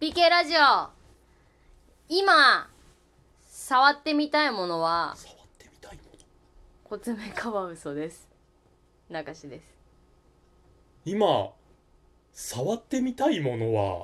PK ラジオ、今触ってみたいものは触ってみたいもの。 コツメカワウソです。中志です。 今触ってみたいものは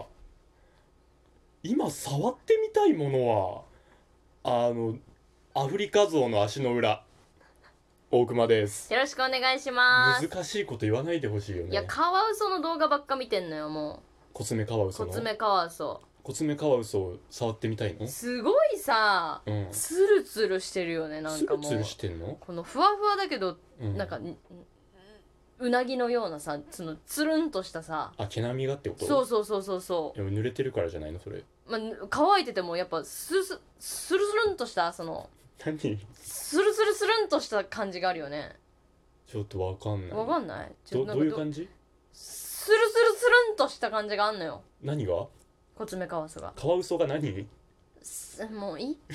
アフリカゾウの足の裏、大熊です。 よろしくお願いします。 難しいこと言わないでほしいよね。 いや、カワウソの動画ばっか見てんのよ。もうコツメカワウソのコツメカワウソコツメカワウソを触ってみたいの？ すごいさ、ツルツルしてるよね。なんかもうツルツルしてんの？ このふわふわだけど、なんかうなぎのようなさ、そのつるんとしたさ、 毛並みがってこと？ そう濡れてるからじゃないのそれ？ まあ、乾いててもやっぱスルスルンとしたその何？ スルスルスルンとした感じがあるよね。 ちょっとわかんない。 わかんない？ どういう感じ？ スルスルスルンとした感じがあんのよ。 何が？ コツメカワウソが。 カワウソが何？ もういい？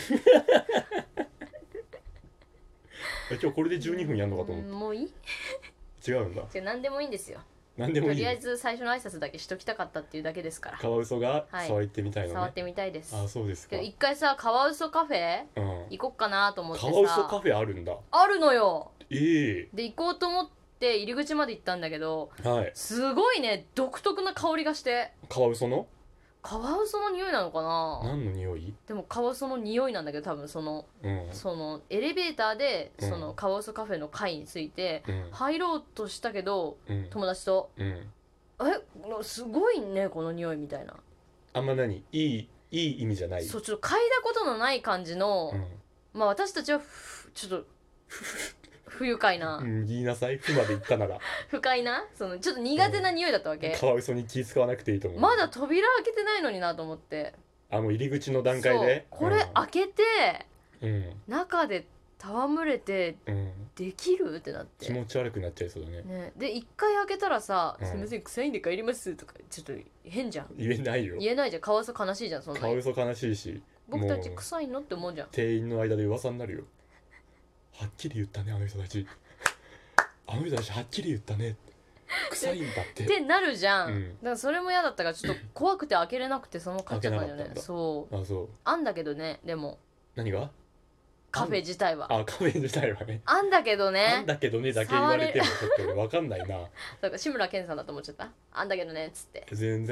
今日これで12分やんのかと思った。 もういい？ 違うんだ。 何でもいいんですよ。 何でもいい。 とりあえず最初の挨拶だけしときたかったっていうだけですから。 カワウソが触ってみたいのね。 触ってみたいです。 あ、そうですか。 一回さ、カワウソカフェ行こっかなと思ってさ。 カワウソカフェあるんだ。 あるのよ。 で行こうと思って入り口まで行ったんだけど、 はい、 すごいね、独特な香りがして。 カワウソの匂いなのかな。 何の匂い？ でもカワウソの匂いなんだけど、多分そのエレベーターでそのカワウソカフェの階について入ろうとしたけど、友達と、すごいねこの匂いみたいな。 あんまいい意味じゃない。 そう、ちょっと嗅いだことのない感じの、まあ私たちはちょっと不愉快な、 言いなさい。不まで言ったなら不快な、そのちょっと苦手な匂いだったわけ。 カワウソに気使わなくていいと思う。 まだ扉開けてないのになと思って、 もう入り口の段階でこれ開けて、中で戯れてできるってなって、 気持ち悪くなっちゃいそうだね。 で一回開けたらさ、すいません臭いんで帰りますとかちょっと変じゃん。 言えないよ。 言えないじゃん。カワウソ悲しいじゃん。そんなカワウソ悲しいし、 僕たち臭いのって思うじゃん。 店員の間で噂になるよ。はっきり言ったねあの人たちはっきり言ったね臭いんだってなるじゃん、だからそれも嫌だったからちょっと怖くて開けれなくて、その買っちゃったんだよね。そうあんだけどね。でも何が？ カフェ自体はカフェ自体はねあんだけどねだけ言われてもちょっと俺分かんないな。 だから志村けんさんだと思っちゃった。あんだけどねっつって。 全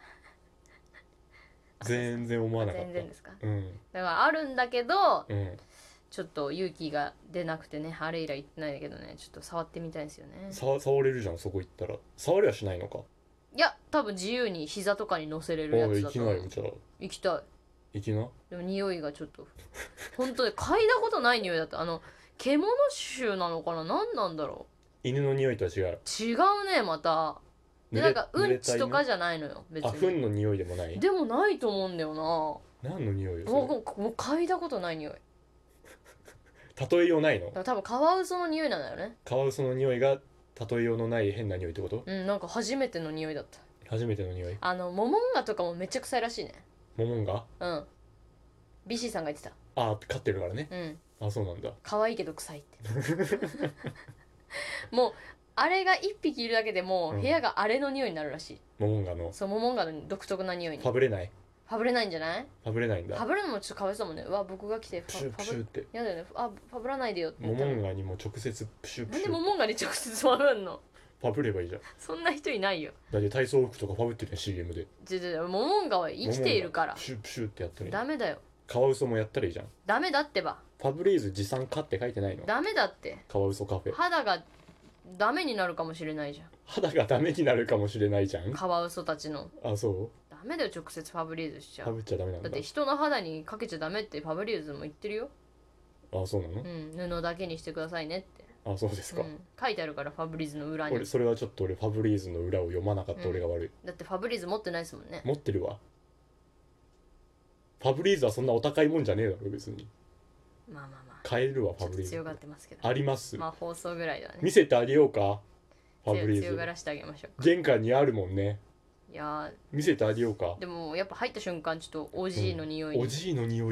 然思わなかった。 全然ですか？だからあるんだけど、ちょっと勇気が出なくてね、あれ以来行ってないんだけどね、ちょっと触ってみたいんですよね。 触れるじゃん、そこ行ったら。触りはしないのか？ いや、多分自由に膝とかに乗せれるやつだと思う。 行きなよ、じゃあ。 行きたい。 行きな。 でも匂いがちょっと本当に嗅いだことない匂いだった。獣臭なのかな、何なんだろう。犬の匂いとは違う。 違うね、また。でなんかうんちとかじゃないのよ別に。 糞の匂いでもない？ でもないと思うんだよな。 何の匂いよ？ もう嗅いだことない匂い。 例えようないの？ 多分カワウソの匂いなんだよね。 カワウソの匂いが例えようのない変な匂いってこと？ なんか初めての匂いだった。 初めての匂い。 モモンガとかもめっちゃ臭いらしいね。 モモンガ？ ビシーさんが言ってた。 飼ってるからね。そうなんだ。 可愛いけど臭いってもうあれが一匹いるだけでも部屋があれの匂いになるらしい。 モモンガの。 そう、モモンガの独特な匂いに。 ファブれない？ ファブれないんじゃない？ ファブれないんだ。 ファブるのもちょっとかわいそうもんね。うわ、僕が来てプシュプシュって。 やだよね。ファブらないでよって。 モモンガにも直接プシュプシュ。 なんでモモンガに直接ファブんの？ ファブればいいじゃん。 そんな人いないよ。 だって体操服とかファブってるね CM で。 モモンガは生きているから。 プシュプシュってやったらいい。 ダメだよ。 カワウソもやったらいいじゃん。 ダメだってば。 ファブリーズ持参かって書いてないの？ ダメだって。 カワウソカフェ。 肌がダメになるかもしれないじゃん。 肌がダメになるかもしれないじゃん。 カワウソたちの。 そう。 ダメだよ、直接ファブリーズしちゃう。 ファブっちゃダメなんだ。 だって人の肌にかけちゃダメってファブリーズも言ってるよ。 そうなの？ 布だけにしてくださいねって。 そうですか。 書いてあるから、ファブリーズの裏に。 それはちょっと俺ファブリーズの裏を読まなかった俺が悪い。 だってファブリーズ持ってないですもんね。 持ってるわ。ファブリーズはそんなお高いもんじゃねえだろ別に。 まあ買えるわファブリーズ。 強がってますけど。 あります。 放送ぐらいだね。 見せてあげようか。ファブリーズ強がらしてあげましょう。 玄関にあるもんね。 いや見せてあげようか。 でもやっぱ入った瞬間ちょっとおじいの匂い。 おじいの匂い。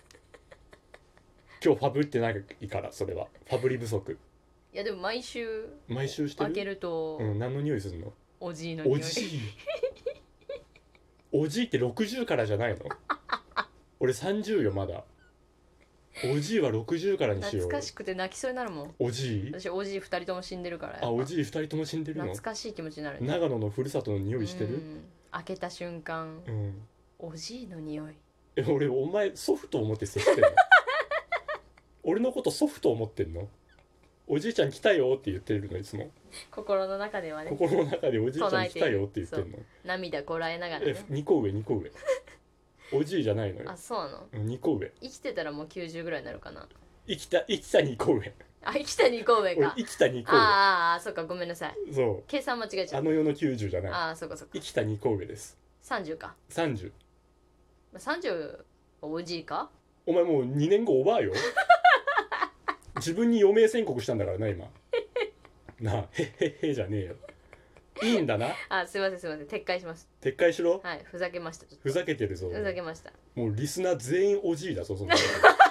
今日ファブってないからそれはファブリ不足。 いやでも毎週してる。 開けると何の匂いするの？ おじいの匂い。 おじいおじいって60からじゃないの？俺30よまだ。おじいは60からにしよう。 懐かしくて泣きそうになるもん。 おじい？ 私おじい2人とも死んでるから。 あ、おじい2人とも死んでるの？ 懐かしい気持ちになる、ね、 長野のふるさとの匂いしてる？ 開けた瞬間、 うん、 おじいの匂い。 俺お前祖父と思って接してんの？俺のこと祖父と思ってんの？おじいちゃん来たよって言ってるのいつも。 心の中ではね。 心の中でおじいちゃん来たよって言ってんの。 涙こらえながらね。 2個上2個上。おじいじゃないのよ。 あ、そうなの。 2個上。 生きてたらもう90ぐらいになるかな。 生きた2個上。 あ、生きた2個上か。 生きた2個上。 ああ、そっか、ごめんなさい。 そう。 計算間違えちゃう。 あの世の90じゃない。 ああ、そっかそっか。 生きた2個上です。 30か。 30。 30おじいか？ お前もう2年後おばあよ。自分に余命宣告したんだからな今。なあ、へっへっへじゃねえよ。いいんだな。 あ、すいませんすいません、撤回します。 撤回しろ。 はい、ふざけました。 ふざけてるぞ。 ふざけました。 もうリスナー全員おじいだぞそんな。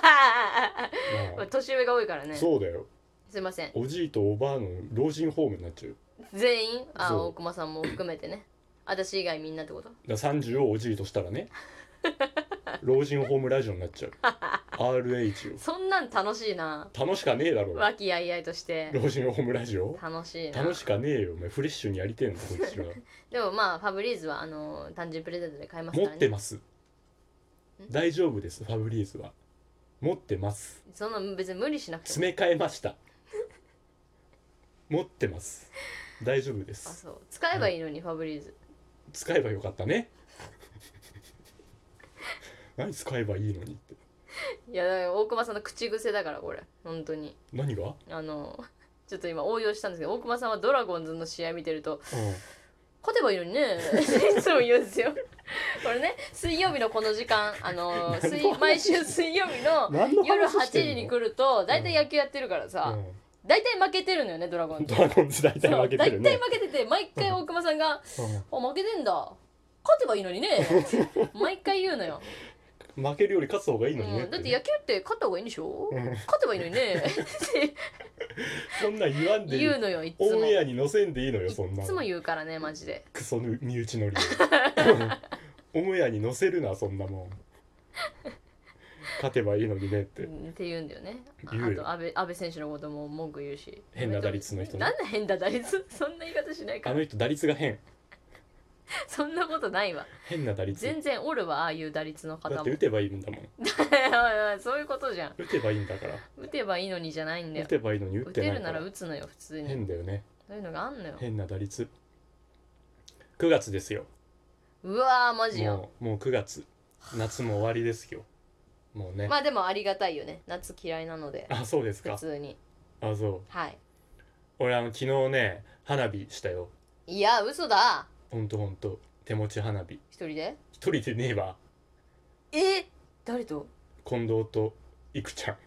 年上が多いからね。 そうだよ。 すいません。 おじいとおばあの老人ホームになっちゃう。 全員？あ、大熊さんも含めてね。私以外みんなってこと？ だ30をおじいとしたらね。老人ホームラジオになっちゃう。RH よ。 そんなん楽しいな。 楽しかねえだろ。 和気あいあいとして。 老人ホームラジオ楽しいな。 楽しかねえよ。お前フレッシュにやりてえんだこいつら。 でもまあファブリーズは誕生日プレゼントで買いますからね。 持ってます。大丈夫ですファブリーズは。持ってます。 そんな別に無理しなくても。 詰め替えました。持ってます。大丈夫です。 あ、そう。使えばいいのに、ファブリーズ。 使えばよかったね。何使えばいいのにって。 いや、だから大熊さんの口癖だからこれ本当に。 何が？ ちょっと今応用したんですけど、大熊さんはドラゴンズの試合見てると、 うん、 勝てばいいのにねいつも言うんですよ。これね、水曜日のこの時間、毎週水曜日の夜8時に来ると大体野球やってるからさ、大体負けてるのよね、ドラゴンズ。 ドラゴンズ大体負けてるね。 大体負けてて、毎回大熊さんが「あ、負けてんだ、勝てばいいのにね」毎回言うのよ。 負けるより勝つ方がいいのにね、 だって野球って勝った方がいいんでしょ、勝てばいいのにねそんなん言わんでいい。 言うのよ、いつも。 オンエアに載せんでいいのよ、そんな。 いつも言うからね、マジで。 クソ身内乗りオンエアに載せるな、そんなもん。勝てばいいのにねって。 って言うんだよね。あ言うよ。 と安倍選手のことも文句言うし。 変な打率の人ね。 なんで変な打率そんな言い方しないから。 あの人打率が変。 そんなことないわ。 変な打率。 全然おるわ、ああいう打率の方も。 だって打てばいいんだもん。 そういうことじゃん。 打てばいいんだから。 打てばいいのにじゃないんだよ。 打てばいいのに打ってないから。 打てるなら打つのよ、普通に。 変だよね。 そういうのがあんのよ。 変な打率。9月ですよ。 うわー、マジやん。 もう9月。夏も終わりですよ。もうね。 まあでもありがたいよね。夏嫌いなので。 あ、そうですか。 普通に。 あ、そう。 はい。 俺昨日ね、花火したよ。 いや、嘘だ。 ほんと手持ち花火。 一人で？ 一人でねえわ。 誰と？ 近藤といくちゃん。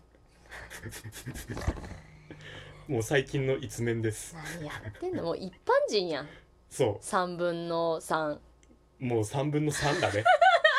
もう最近の一面です。 何やってんの？もう一般人やん。 そう。 3分の3。 もう3分の3だね。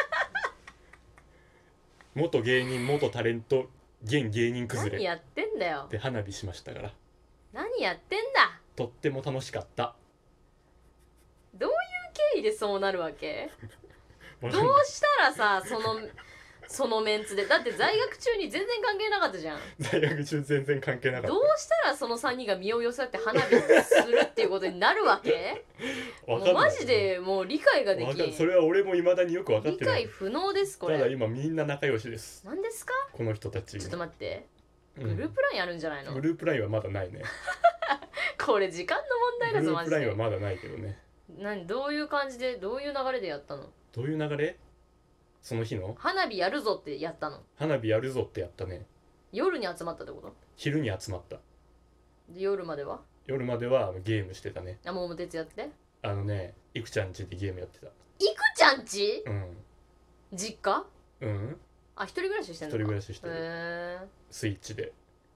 元芸人、元タレント、現芸人崩れ。 何やってんだよ。 で花火しましたから。 何やってんだ。 とっても楽しかった。 どういう経緯でそうなるわけ？どうしたらさ、そのメンツで、だって在学中に全然関係なかったじゃん。 在学中全然関係なかった。 どうしたらその3人が身を寄せって花火するっていうことになるわけ？もうマジでもう理解ができん。 それは俺も未だによく分かってない。 理解不能ですこれ。 ただ今みんな仲良しです。 何ですかこの人たち。 ちょっと待って、グループラインあるんじゃないの？ グループラインはまだないね。 これ時間の問題だぞマジで。 グループラインはまだないけどね。 どういう感じで、どういう流れでやったの？ どういう流れ？その日の花火やるぞってやったの？ 花火やるぞってやったね。 夜に集まったってこと？ 昼に集まった。 で夜まではゲームしてたね。 あ、桃鉄やって？ いくちゃん家でゲームやってた。 いくちゃん家？ うん。 実家？ うん。 あ、一人暮らししてんのか？ 一人暮らししてる。スイッチで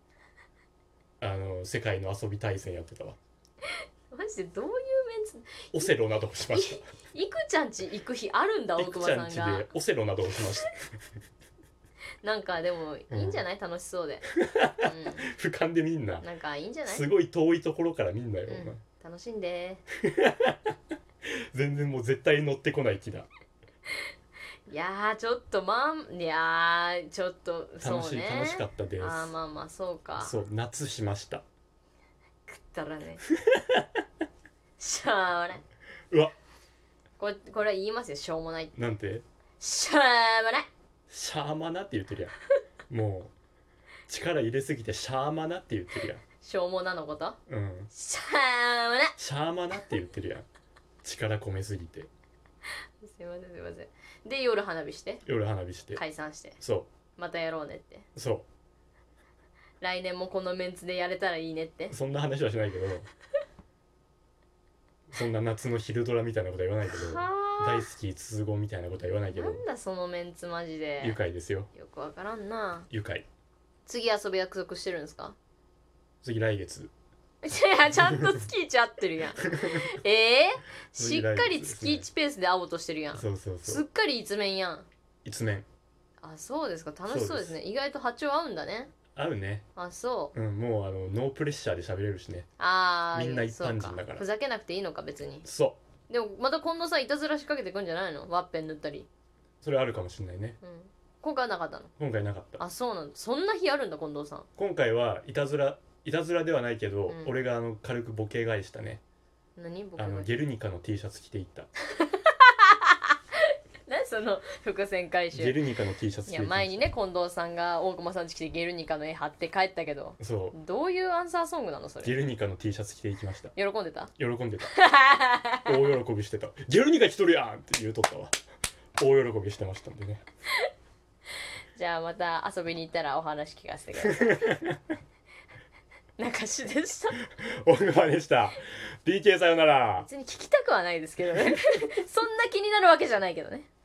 世界の遊び対戦やってたわ。 マジでどういうメンツ？ オセロなどをしました。 いくちゃんち行く日あるんだ、大熊さんが。 いくちゃんちでオセロなどをしました。 なんかでもいいんじゃない？楽しそうで。 俯瞰で見んな。 なんかいいんじゃない？ すごい遠いところから見んなよ。 楽しんで。 全然もう絶対乗ってこない気だ。 いやーちょっといやーちょっとそうね楽しかったです。 あーまあまあそうか。 そう夏しました。 食ったらねしょうもない。 うわこれは言いますよ、しょうもない。 なんてしょうもない。 シャーマナって言ってるやん。もう力入れすぎてシャーマナって言ってるやん。 しょうもなのこと。しょうもない。 シャーマナって言ってるやん。力込めすぎて。 すいませんすいません。で夜花火して夜花火して解散してそまたやろうねって。 うそ来年もこのメンツでやれたらいいねって。 うそんな話はしないけどそんな夏の昼ドラみたいなことは言わないけど大好き通語みたいなことは言わないけど。 なんだそのメンツマジで愉快ですよ。 よくわからんな。 愉快。 次遊ぶ約束してるんですか。 次来月。 いやちゃんと月1合ってるやんしっかり月1ペースで会おうとしてるやん。 そうそうそうすっかり一面やん。 一面。 あそうですか。楽しそうですね。意外と波長合うんだね。 合うね。 あそうもうノープレッシャーで喋れるしね。みんな一般人だからふざけなくていいのか別に。 そうでもまた今度さいたずら仕掛けてくんじゃないの。ワッペン塗ったり。 それあるかもしれないね。 今回はなかったの。 今回なかった。 あそうなんだ。そんな日あるんだ近藤さん。 今回はいたずらではないけど、俺が軽くボケ返したね。 何ボケ返した。 ゲルニカの T シャツ着ていった何その伏線回収。 ゲルニカの T シャツ着ていった。 いや前にね近藤さんが大熊さん家来てゲルニカの絵貼って帰ったけど、 そうどういうアンサーソングなのそれ。 ゲルニカの T シャツ着ていきました。 喜んでた喜んでた大喜びしてた。ゲルニカ着とるやんって言うとったわ。大喜びしてましたんでね。 じゃあまた遊びに行ったらお話聞かせてください中志でした。 大熊でした。 PK さよなら。 別に聞きたくはないですけどねそんな気になるわけじゃないけどね。